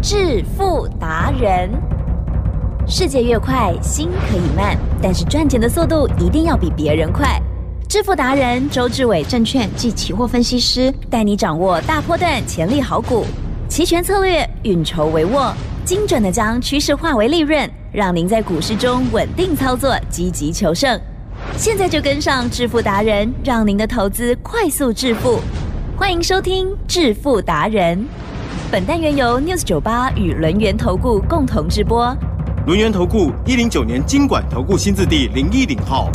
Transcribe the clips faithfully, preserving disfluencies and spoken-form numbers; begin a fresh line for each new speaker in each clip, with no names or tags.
致富达人。世界越快，心可以慢，但是赚钱的速度一定要比别人快。致富达人周志伟证券及期货分析师带你掌握大波段潜力好股，期权策略运筹帷幄，精准的将趋势化为利润，让您在股市中稳定操作，积极求胜。现在就跟上致富达人，让您的投资快速致富。欢迎收听致富达人。本单元由 News 九十八与轮源投顾共同直播。
轮源投顾一零九年金管投顾新字第零一零号。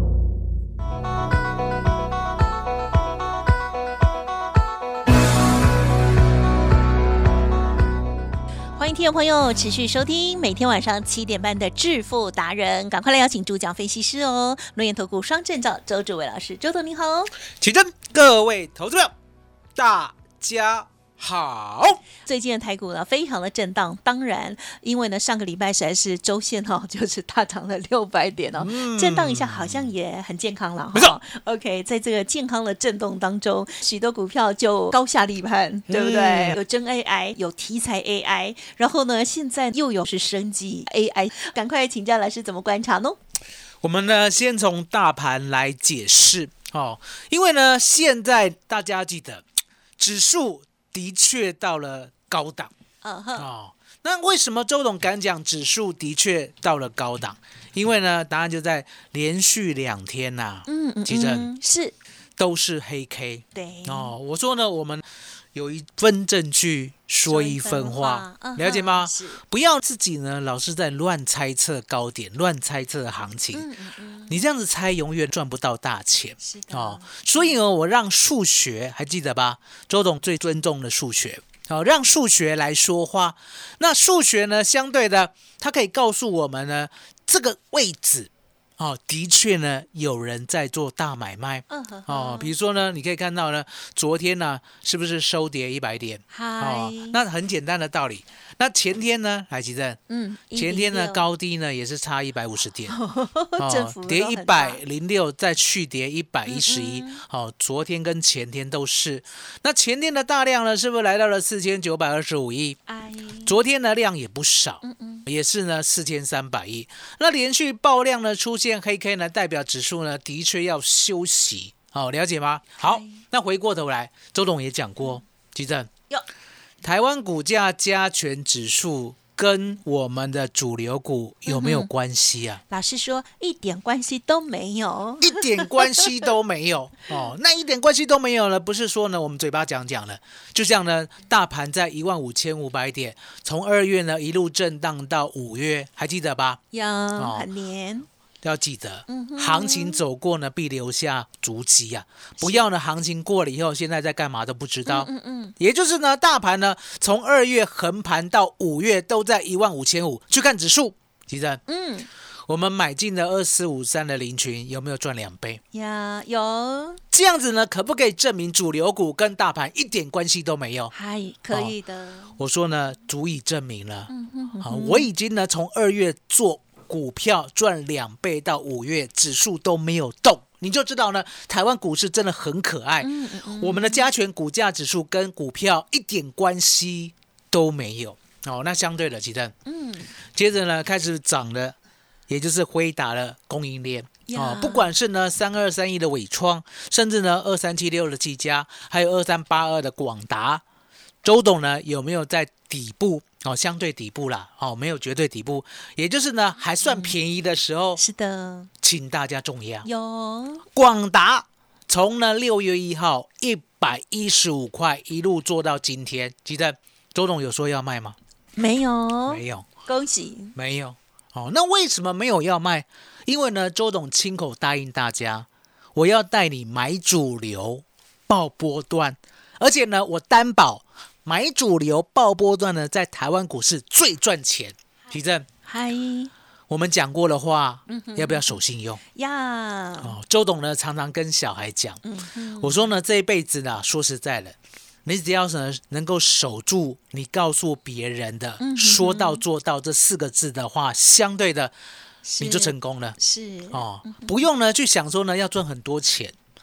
欢迎听众朋友持续收听每天晚上七点半的致富达人，赶快来邀请主讲分析师哦，轮源投顾双证照周志伟老师，周董您好。
起真，各位投资者大家好。
最近的台股呢非常的震荡，当然因为呢上个礼拜实在是周线哦就是大涨了六百点哦、嗯、震荡一下好像也很健康了，
没错。
OK， 在这个健康的震动当中，许多股票就高下立判，对不对、嗯、有真 A I， 有题材 A I， 然后呢现在又有是生技 A I， 赶快请教老师怎么观察呢？
我们呢先从大盘来解释哦，因为呢现在大家记得指数的确到了高档、uh huh. 哦，那为什么周董敢讲指数的确到了高档？因为呢，答案就在连续两天呐、啊，嗯嗯，其实
是
都是黑 K，
对
哦。我说呢，我们有一分证据说一分话，
分
了解吗？
是
不要自己呢老是在乱猜测高点、乱猜测行情，嗯嗯嗯，你这样子猜永远赚不到大钱。
是的
哦，所以呢，我让数学还记得吧？周董最尊重的数学。好、哦，让数学来说话。那数学呢，相对的，它可以告诉我们呢，这个位置，哦，的确呢，有人在做大买卖。嗯哼哦，比如说呢，你可以看到呢，昨天呢，是不是收跌一百点？
嗨、
哦，那很简单的道理。那前天呢，来吉正，嗯，前天呢高低呢也是差一百五十点，
哦，
跌一百零六，再去跌一百一十一，好，昨天跟前天都是。那前天的大量呢，是不是来到了四千九百二十五亿？哎，昨天的量也不少，嗯嗯，也是呢四千三百亿。那连续爆量呢出现黑 K 呢，代表指数呢的确要休息，好、哦，了解吗？好，那回过头来，周董也讲过，吉正。台湾股价加权指数跟我们的主流股有没有关系啊？
嗯、老师说一点关系都没有，
一点关系都没有哦。那一点关系都没有呢？不是说呢我们嘴巴讲讲了，就像呢大盘在一万五千五百点，从二月呢一路震荡到五月，还记得吧？
有、哦、很黏。
要记得，行情走过呢，必留下足迹啊！不要呢，行情过了以后，现在在干嘛都不知道。嗯嗯嗯，也就是呢，大盘呢，从二月横盘到五月都在一万五千五。去看指数，其实，嗯，我们买进了二四五三的林群，有没有赚两倍？
呀，有。
这样子呢，可不可以证明主流股跟大盘一点关系都没有？
嗨，可以的、哦。
我说呢，足以证明了。嗯哼哼哼好，我已经呢，从二月做股票赚两倍到五月指数都没有动，你就知道呢，台湾股市真的很可爱。嗯嗯嗯，我们的加权股价指数跟股票一点关系都没有。哦，那相对的，其实，嗯，接着呢开始涨了，也就是辉达了供应链。哦，不管是呢三二三一的伟创，甚至呢二三七六的技嘉，还有二三八二的广达，周董呢有没有在底部？哦，相对底部啦，哦，没有绝对底部，也就是呢，还算便宜的时候。嗯、
是的，
请大家重压。
有
广达从呢六月一号一百一十五块一路做到今天，记得周董有说要卖吗？
没有，
没有，
恭喜，
没有。哦，那为什么没有要卖？因为呢，周董亲口答应大家，我要带你买主流，爆波段，而且呢，我担保。买主流爆波段呢，在台湾股市最赚钱。提正，
嗨，
我们讲过的话，嗯、要不要守信用？
呀、
哦，周董呢常常跟小孩讲，嗯、我说呢这一辈子呢，说实在的，你只要是能够守住你告诉别人的、嗯、说到做到这四个字的话，相对的你就成功了。
是
哦，不用呢去想说呢要赚很多钱。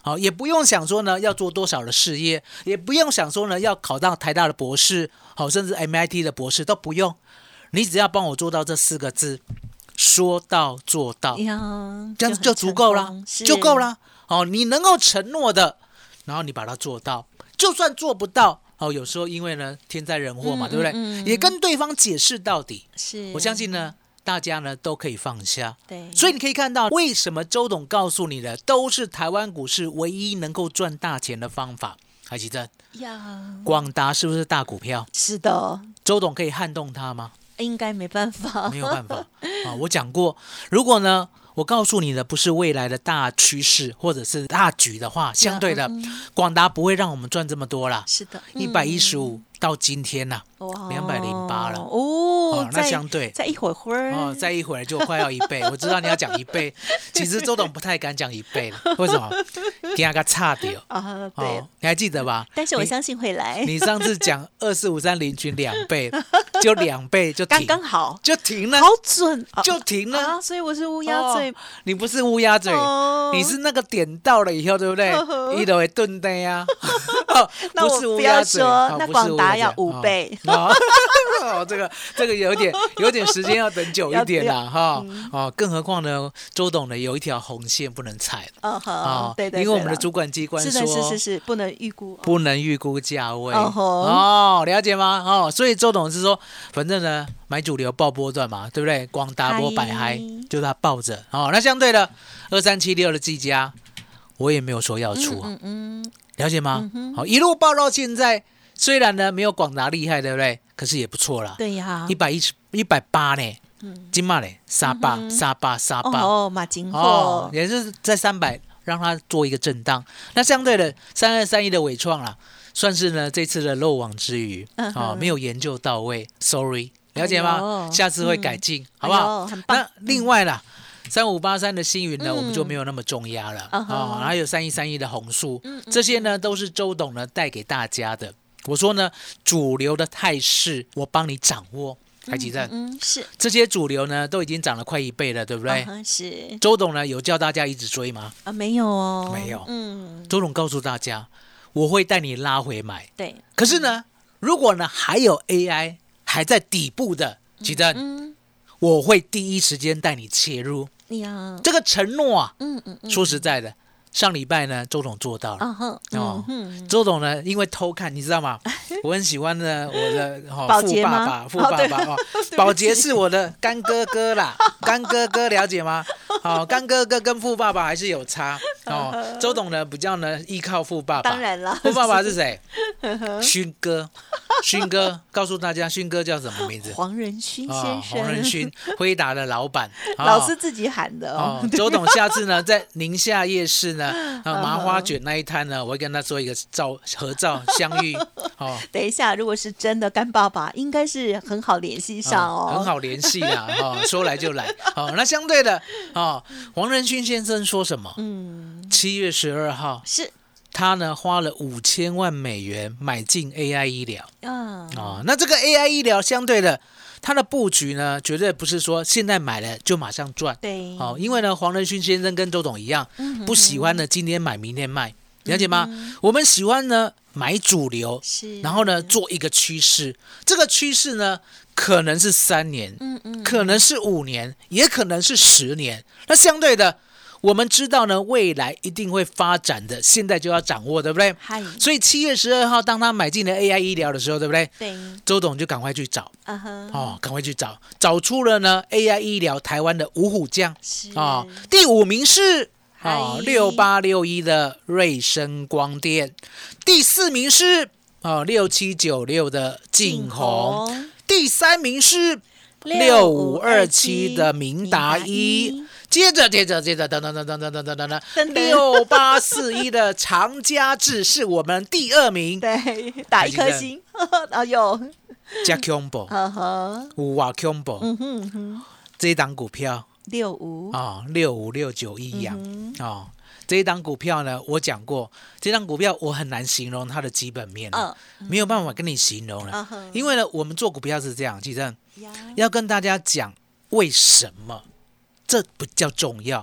好，也不用想说呢要做多少的事业，也不用想说呢要考到台大的博士，好，甚至 M I T 的博士都不用，你只要帮我做到这四个字，说到做到，这样子就足够了，就够了。哦，你能够承诺的，然后你把它做到，就算做不到，哦，有时候因为呢天灾人祸嘛，嗯、对不对？嗯嗯、也跟对方解释到底。是，我相信呢。大家呢都可以放下，对，所以你可以看到为什么周董告诉你的都是台湾股市唯一能够赚大钱的方法。海奇珍，广达是不是大股票？
是的，
周董可以撼动它吗？
应该没办法，
没有办法啊！我讲过，如果呢我告诉你的不是未来的大趋势或者是大局的话，相对的，广达不会让我们赚这么多啦。
是的，
一百一十五到今天呐、啊，两百零八了
哦。
哦，那相对
再一会儿会儿
哦，再一会儿就快要一倍。我知道你要讲一倍，其实周董不太敢讲一倍了，为什么？给他个差掉
啊，对、哦，
你还记得吧？
但是我相信会来。
你, 你上次讲二四五三零群两倍，就两倍就停，
刚刚好
就停了，
好准，
就停了。
啊、所以我是乌鸦嘴、哦，
你不是乌鸦嘴、哦，你是那个点到了以后，对不对？一都会顿的呀。
那我不要说，哦、那广达要五倍。
哦哦，这个这个有点有点时间要等久一点啦，哈、嗯、哦，更何况呢，周董呢有一条红线不能踩了，
哦好，哦、对, 对对，
因为我们的主管机关说，
是是是是，不能预估，
不能预估价位，哦, 哦，了解吗？哦，所以周董是说，反正呢买主流报波段嘛，对不对？广达波百嗨，就他抱着，哦，那相对的二三七六的技嘉，我也没有说要出、啊，嗯嗯嗯，了解吗？嗯、好，一路报到现在。虽然呢没有广达厉害，对不对？可是也不错啦。
对呀，
一百一十一百八呢，今嘛呢三八三八三八
哦，马金货
也是在三百让它做一个震荡。那相对的三二三一的伟创啦，算是呢这次的漏网之鱼啊、嗯哦，没有研究到位 ，sorry， 了解吗？哎、下次会改进，嗯、好不好？哎、那另外啦。三五八三的星云呢、嗯，我们就没有那么重压了、嗯、哦。还有三一三一的红树、嗯，这些呢都是周董呢带给大家的。我说呢，主流的态势我帮你掌握，台积电、嗯嗯、
是
这些主流呢都已经涨了快一倍了，对不对？
嗯、是。周
董呢有叫大家一直追吗？
啊，没有哦，
没有。嗯，周董告诉大家，我会带你拉回买。
对。
可是呢，如果呢还有 A I 还在底部的，台积电、嗯，我会第一时间带你切入。
呀，
这个承诺啊，嗯嗯嗯，说实在的。上礼拜呢，周董做到了、uh-huh, 哦、嗯。周董呢，因为偷看，你知道吗？我很喜欢呢，我的、哦、富爸爸，富爸爸哦，宝洁是我的干哥哥啦，干哥哥了解吗？哦，干哥哥跟富爸爸还是有差哦。Uh-huh. 周董呢，比较呢依靠富爸爸，
当然了，
富爸爸是谁？勋哥，勋哥，告诉大家，勋哥叫什么名字？
黄仁勋先生，哦、
黄仁勋，辉达的老板，
哦、老师自己喊的哦。
哦周董下次呢，在宁夏夜市呢。麻花卷那一摊呢，我会跟他做一个照合照相遇。哦，
等一下，如果是真的干爸爸，应该是很好联系上哦，
哦很好联系啦。哦，说来就来。哦，那相对的，哦，黄仁勋先生说什么？嗯，七月十二号
是
他呢花了五千万美元买进 A I 医疗。嗯，哦，那这个 A I 医疗相对的。它的布局呢，绝对不是说现在买了就马上赚。
对，
哦，因为呢，黄仁勋先生跟周董一样，嗯、不喜欢呢今天买明天卖，了解吗？嗯、我们喜欢呢买主流，然后呢做一个趋势，这个趋势呢可能是三年，嗯嗯，可能是五年，也可能是十年。那相对的。我们知道呢，未来一定会发展的，现在就要掌握，对不对？所以七月十二号，当他买进了 A I 医疗的时候，对不对？
对。
周董就赶快去找，
uh-huh.
哦，赶快去找，找出了呢 A I 医疗台湾的五虎将，哦，第五名是哦六八六一的瑞声光电，第四名是哦六七九六的劲宏，第三名是六五二七的明达一。接着，接着，接着，等等等等等等等等等，六八四一的长嘉智是我们第二名，
对，打一颗星，哦有，
加恐怖，有哇恐怖，嗯哼哼，这一档股票
六五
啊，六五六九一呀，啊，这一档股票呢，我讲过，这档股票我很难形容它的基本面，嗯，没有办法跟你形容了，因为呢，我们做股票是这样，记得要跟大家讲为什么。这不叫重要，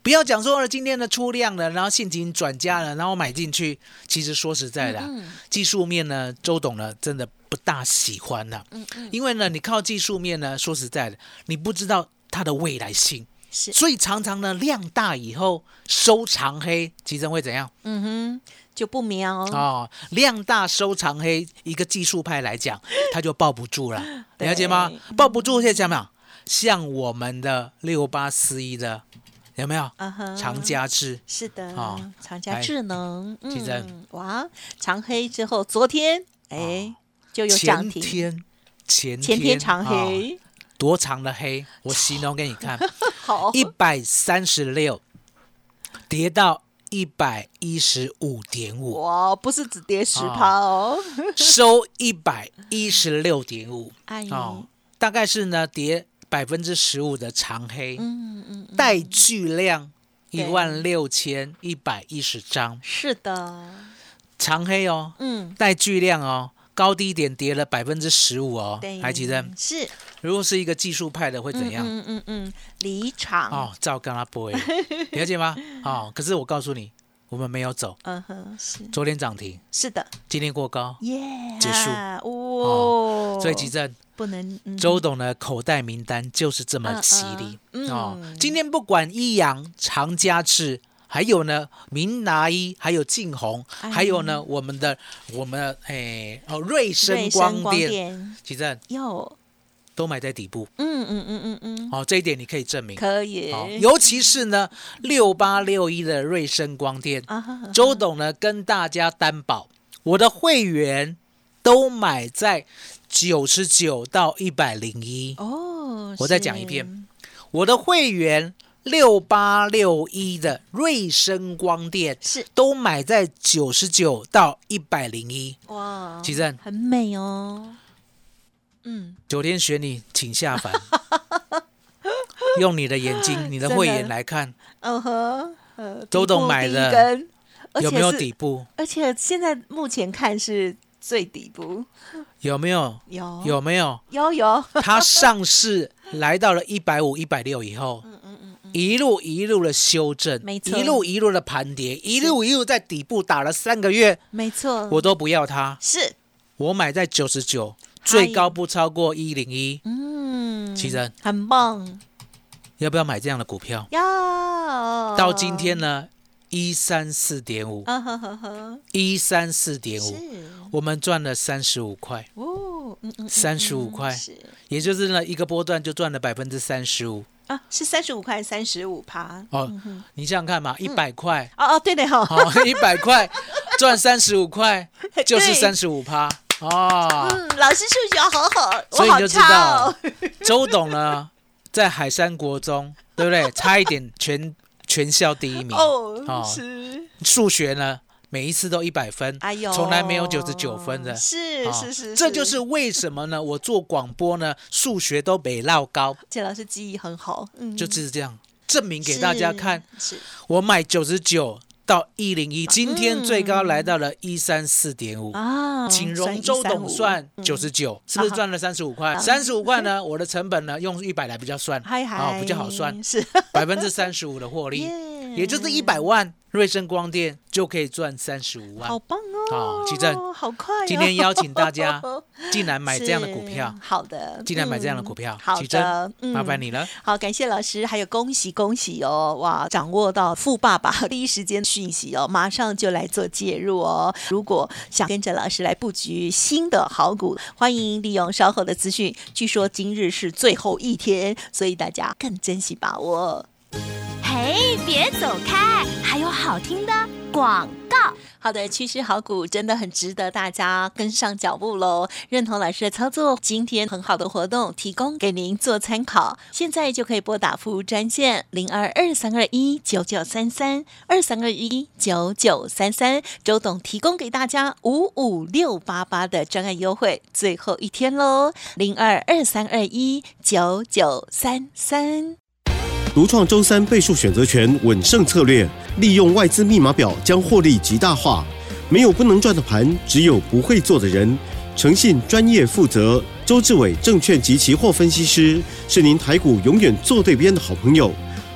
不要讲说今天的出量了，然后现金转加了，然后买进去。其实说实在的、啊嗯嗯，技术面呢，周董呢真的不大喜欢呐、啊嗯嗯。因为呢，你靠技术面呢，说实在的，你不知道它的未来性，所以常常呢量大以后收长黑，其实会怎样？
嗯哼，就不妙
哦。量大收长黑，一个技术派来讲，它就抱不住了，了解吗？抱不住，现在讲没有？像我们的六八四一的。有没有？ Uh-huh, 长嘉智
是的，哦、长嘉智能，
嗯，
哇，长黑之后，昨天哎、哦、就有涨停，
前天前天
前天长黑、
哦，多长的黑？我形容给你看，
好，
一百三十六跌到一百一十五点五，
哇，不是只跌十趴哦，
收一百一十六点五，
哎，
哦，大概是呢跌。百分之十五的长黑，嗯嗯，带巨量一万六千一百一十张，
是的，
长黑哦，嗯，带巨量哦，高低点跌了百分之十五哦，还记得？
是，
如果是一个技术派的会怎样？
嗯嗯嗯，离场
哦，照跟他不会，了解吗？哦，可是我告诉你，我们没有走，
嗯哼，是，
昨天涨停，
是的，
今天过高，
耶，
结束，
哦，
所以吉正。
不能、嗯、
周董的口袋名单就是这么犀利、嗯嗯、哦！今天不管一阳、长嘉智，还有呢明拿一，还有晋宏、哎，还有呢我们的我们哎哦瑞声光电，其实
有
都买在底部。
嗯嗯嗯嗯嗯，
哦，这一点你可以证明，
可以。
哦、尤其是呢六八六一的瑞声光电，啊、周董呢跟大家担保，我的会员都买在。九十九到一百零一哦，我再讲一遍，我的会员六八六一的瑞声光电
是
都买在九十九到一百零一，
哇，
奇正
很美哦，嗯，
九天玄女请下凡，用你的眼睛、你的慧眼来看，
嗯哼，呃，
周董买的有没有底部？
而且现在目前看是。最底部
有没有？
有
有没有？
有有。
它上市来到了一百五、一百六以后，嗯嗯嗯嗯，一路一路的修正，
没错，
一路一路的盘跌，一路一路在底部打了三个月，
没错，
我都不要它。
是，
我买在九十九，最高不超过一零一。嗯，其实
很棒。
要不要买这样的股票？
要。
到今天呢？一三四点五，一三四点五，我们赚了三十五块哦，三十五块，也就是呢一个波段就赚了百分之三十五
啊，是三十五块，三十五趴
哦、嗯。你想想看嘛，一百块
哦哦，对的哈、
哦，一百块赚三十五块，就是三十五趴哦。
嗯，老师数学好好，
所以你就知道周董呢在海山国中，对不对？差一点全。全校第一名
哦，哦是
数学呢，每一次都一百分，哎呦，从来没有九十九分的，
是、哦、是 是, 是，
这就是为什么呢？我做广播呢，数学都没落高。
谢老师记忆很好，
嗯，就是这样证明给大家看。是，我买九十九到一零一，今天最高来到了一三四点五啊，请容周董算九十九，是不是赚了三十五块？三十五块呢，我的成本呢用一百来比较算，
嗨嗨、
哦，比较好算，
是
百分之三十五的获利， yeah, 也就是一百万，瑞声光电就可以赚三十五万，
好棒哦！
好，奇正，
好快、哦，
今天邀请大家竟然买这样的股票，
好的，
竟然买这样的股票，
嗯、好的，
嗯、麻烦你了。
好，感谢老师，还有恭喜恭喜哦！哇，掌握到富爸爸第一时间讯息哦，马上就来做介入哦。如果想跟着老师来布局新的好股，欢迎利用稍后的资讯。据说今日是最后一天，所以大家更珍惜把握。
嘿，别走开，还有好听的广告。
好的，趋势好股真的很值得大家跟上脚步喽！认同老师的操作，今天很好的活动提供给您做参考。现在就可以拨打服务专线零二二三二一九九三三二三二一九九三三，周董提供给大家五五六八八的专案优惠，最后一天喽！零二二三二一九九三三。
独创周三倍数选择权稳胜策略，利用外资密码表将获利极大化。没有不能赚的盘，只有不会做的人。诚信、专业、负责，周志伟证券及期货分析师是您台股永远做对边的好朋友。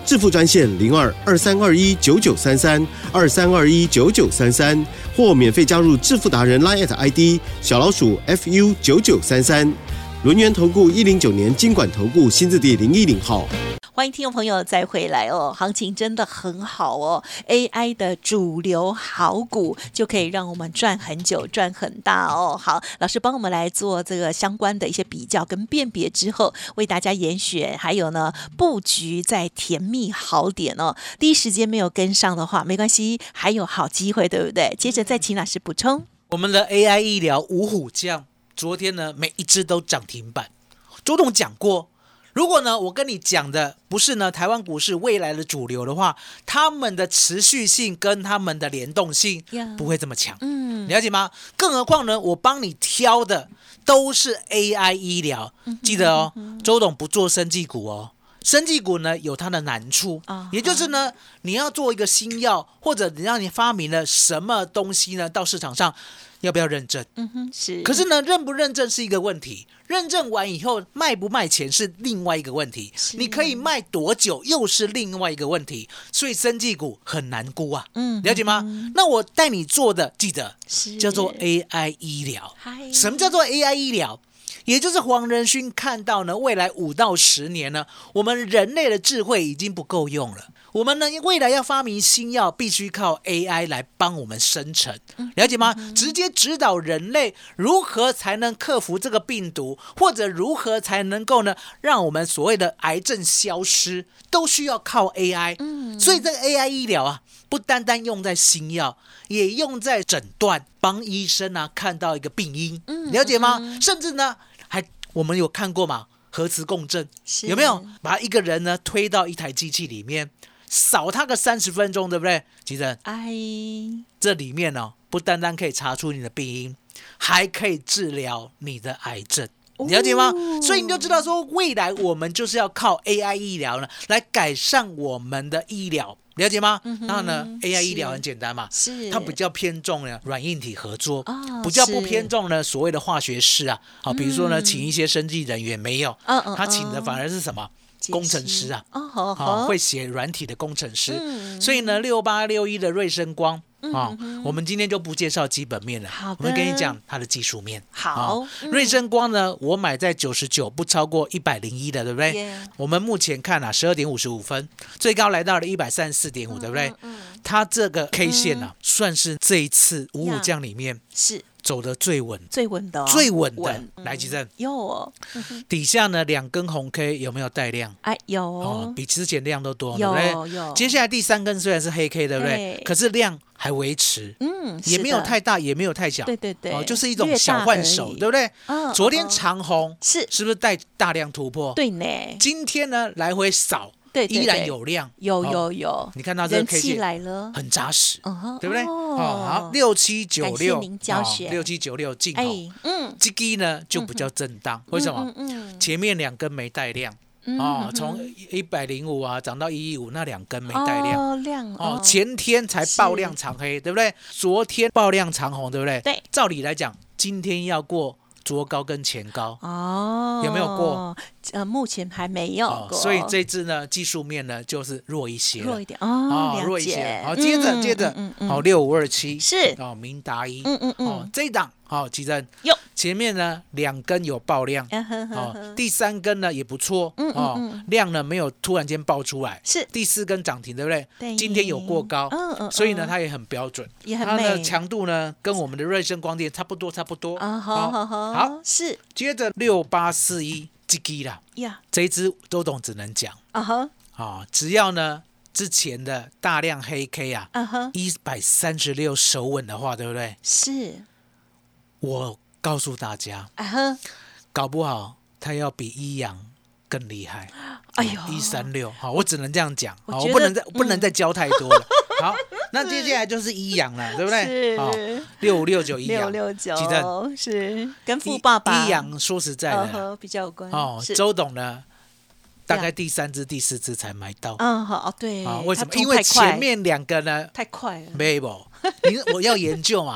致富专线零二二三二一九九三三二三二一九九三三，或免费加入致富达人 Line I D 小老鼠 F U 九九三三。轮源投顾一零九年金管投顾新字第零一零号。
欢迎听众朋友再回来哦，行情真的很好哦 ，A I 的主流好股就可以让我们赚很久、赚很大哦。好，老师帮我们来做这个相关的一些比较跟辨别之后，为大家严选，还有呢布局在甜蜜好点哦。第一时间没有跟上的话，没关系，还有好机会，对不对？接着再请老师补充。
我们的 A I 医疗五虎将，昨天呢每一只都涨停板。周董讲过。如果呢，我跟你讲的不是呢台湾股市未来的主流的话，他们的持续性跟他们的联动性不会这么强，嗯，了解吗？更何况呢，我帮你挑的都是 A I 医疗，记得哦，周董不做生技股哦。生技股呢有它的难处，也就是呢，你要做一个新药，或者你让你发明了什么东西呢，到市场上要不要认证？嗯哼，是。可是呢，认不认证是一个问题，认证完以后卖不卖钱是另外一个问题，你可以卖多久又是另外一个问题，所以生技股很难估啊，嗯，了解吗？嗯、那我带你做的，记得叫做 A I 医疗。什么叫做 A I 医疗？也就是黄仁勋看到呢，未来五到十年呢，我们人类的智慧已经不够用了。我们呢，未来要发明新药，必须靠 A I 来帮我们生成，了解吗？直接指导人类如何才能克服这个病毒，或者如何才能够呢，让我们所谓的癌症消失，都需要靠 A I。所以这个 A I 医疗啊，不单单用在新药，也用在诊断，帮医生啊看到一个病因，了解吗？甚至呢，还我们有看过嘛，核磁共振有没有？把一个人呢推到一台机器里面。扫他个三十分钟，对不对？其实，哎，这里面呢、哦，不单单可以查出你的病因，还可以治疗你的癌症，了解吗？哦、所以你就知道说，未来我们就是要靠 A I 医疗呢，来改善我们的医疗。了解吗？嗯、然后呢 ，A I 医疗很简单嘛，是它比较偏重呢软硬体合作，哦、比较不偏重呢所谓的化学师啊。好，比如说呢，请一些生技人员没有，嗯嗯、他请的反而是什么？工程师啊，哦好好哦、会写软体的工程师，嗯、所以呢，六八六一的瑞声光啊、嗯哦，我们今天就不介绍基本面了，我们跟你讲它的技术面。好，哦嗯、瑞声光呢，我买在九十九，不超过一百零一的，对不对？ Yeah. 我们目前看啊，十二点五十五分，最高来到了一百三十四点五，对不对？嗯嗯、它这个 K 线啊，嗯、算是这一次五五降里面是。走得最稳，
最稳的、哦，
最稳的，稳来吉正
有哦。
底下呢两根红 K 有没有带量？
哎有哦，
哦比之前量都多，
有
对不对？
有。
接下来第三根虽然是黑 K， 对不对？可是量还维持，嗯，也没有太大，也没有太小，
对对对，
哦，就是一种小换手，对不对？
嗯、
昨天长红
是
是不是带大量突破？
对呢。
今天呢来回扫。对对对依然有量，
有有有、哦，
你看到这个 K 线
来了，
很扎实，
哦、
对不对？哦，好，六七九六，
教学
六七九六进口，哎、嗯，这个呢就比较震荡，嗯、为什么？嗯嗯嗯、前面两根没带量。嗯、哦，从一百零五啊涨到一一五，那两根没带量，
哦，量
哦，前天才爆量长黑，对不对？昨天爆量长红，对不对？
对，
照理来讲，今天要过昨高跟前高哦，有没有过？
呃，目前还没有过，
哦、所以这支呢，技术面呢就是弱一些，
弱一点哦，哦
弱一些。好，接着、嗯、接着，嗯嗯、好，六五二七
是
哦，明达一，
嗯嗯嗯，
哦，这一档好，奇珍
有
前面呢两根有爆量，
嗯、呵呵呵
哦，第三根呢也不错，嗯嗯嗯哦，量呢没有突然间爆出来，
是
第四根涨停，对不对？
对，
今天有过高，
嗯嗯，
所以呢它也很标准，
也很美，
它的强度呢跟我们的瑞声光电差不多，差不多
啊，好好好，
好
是，
接着六八四一。这支啦，
yeah.
这一支周董只能讲啊哈、uh huh. 哦，只要呢之前的大量黑 K 啊，一百三十六守稳的话，对不对？
是，
我告诉大家啊哈， uh huh. 搞不好他要比一阳更厉害。哎呦，一三六，好，我只能这样讲，我, 我不能再、嗯、不能再教太多了。好，那接下来就是一阳了，对不对？
是，
六五六九一阳，
六六九，是跟富爸爸
一阳。说实在的，
呃、比较有关。
哦，周董呢，大概第三支、第四支才买到。
嗯，好，对。
啊，为什么？因为前面两个呢
太快了。
没有，我要研究嘛。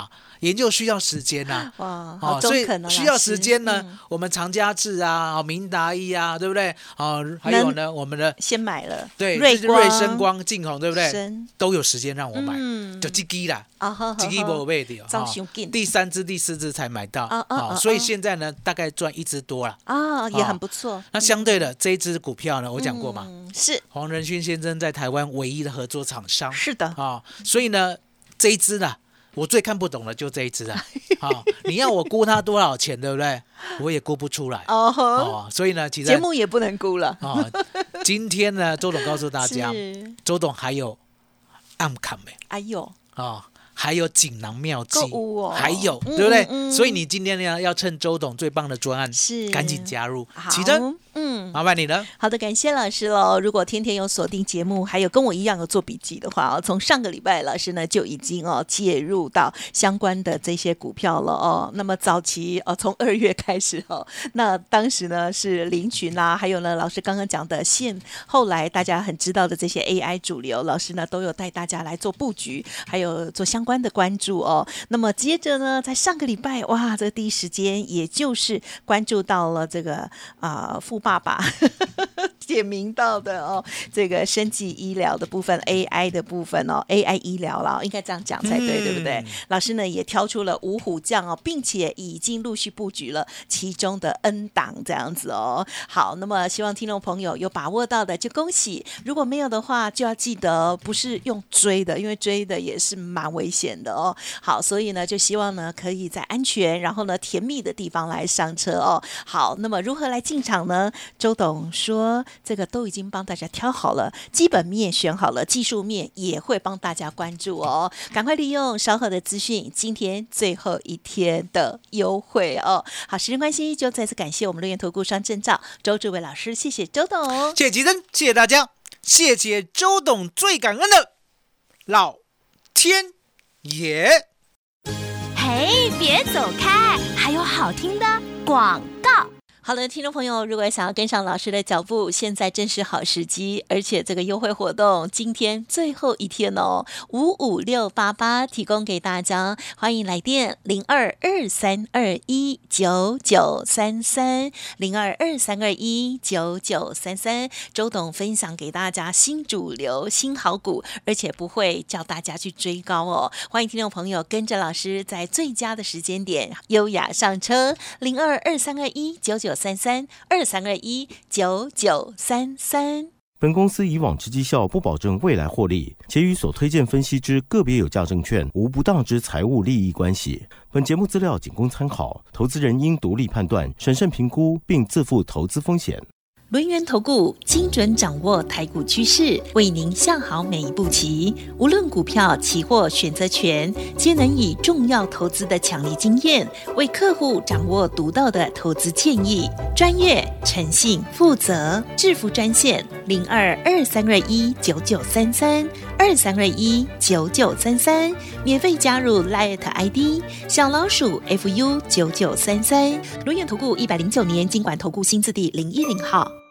研究需要时间呐、
哇，
哦，
好
所以
中肯哦，
需要
老师
时间呢。
嗯
我们长嘉智啊，哦明达一啊，对不对？哦，还有呢，我们的
先买了，
对
瑞光、
这是瑞声光、晋宏，对不对？
深
都有时间让我买，
嗯
就这支啦，
啊，好好
这支
好
没买到，
早
哦
伤紧
第三支、第四支才买到
啊啊啊
哦所以
啊
现在呢，大概赚一支多了。
啊，也很不错。
那相对的这一支股票呢，我讲过嘛，
嗯，是
黄仁勋先生在台湾唯一的合作厂商
是的，
啊，所以呢，这一支呢，我最看不懂的就这一支啊，好，你要我估它多少钱，对不对？我也估不出来
哦呵，
哦，所以呢，其实
节目也不能估了。
啊，今天呢，周董告诉大家，
是，
周董还有暗砍没
哎呦，
啊？还有锦囊妙计
够有哦，
还有
嗯
对不对？
嗯嗯
所以你今天呢，要趁周董最棒的专案，
是
赶紧加入。
好
启真，
嗯。
麻烦你了。
好的，感谢老师喽。如果天天有锁定节目，还有跟我一样有做笔记的话哦，从上个礼拜老师呢就已经哦介入到相关的这些股票了哦。那么早期哦，从二月开始哦，那当时呢是林群啦、啊，还有呢老师刚刚讲的现，后来大家很知道的这些 A I 主流，老师呢都有带大家来做布局，还有做相关的关注哦。那么接着呢，在上个礼拜哇，这个第一时间也就是关注到了这个啊、呃、富爸爸。点名到的哦，这个生技医疗的部分 ，A I 的部分哦 ，A I 医疗啦，应该这样讲才对，嗯、对不对？老师呢也挑出了五虎将哦，并且已经陆续布局了其中的 N 档这样子哦。好，那么希望听众朋友有把握到的就恭喜，如果没有的话，就要记得不是用追的，因为追的也是蛮危险的哦。好，所以呢就希望呢可以在安全，然后呢甜蜜的地方来上车哦。好，那么如何来进场呢？周董说。这个都已经帮大家挑好了，基本面选好了，技术面也会帮大家关注哦。赶快利用稍后的资讯，今天最后一天的优惠哦。好，时间关系，就再次感谢我们乐园投顾双证照周志伟老师，谢谢周董，
谢谢吉珍，谢谢大家，谢谢周董，最感恩的老天爷。
嘿，别走开，还有好听的广告。
好的，听众朋友，如果想要跟上老师的脚步，现在正是好时机，而且这个优惠活动今天最后一天哦，五五六八八提供给大家，欢迎来电零二二三二一九九三三零二二三二一九九三三，周董分享给大家新主流新好股，而且不会叫大家去追高哦，欢迎听众朋友跟着老师在最佳的时间点优雅上车，零二二三二一九九三三二三二一九九三三。
本公司以往之绩效不保证未来获利，且与所推荐分析之个别有价证券无不当之财务利益关系。本节目资料仅供参考，投资人应独立判断、审慎评估，并自负投资风险。
轮源投顾精准掌握台股趋势，为您下好每一步棋。无论股票、期货、选择权，皆能以重要投资的强力经验，为客户掌握独到的投资建议。专业、诚信、负责，致富专线零二二三二一九九三三二三二一九九三三，免费加入 Line I D 小老鼠 F U 九九三三。轮源投顾一百零九年金管投顾新字第零一零号。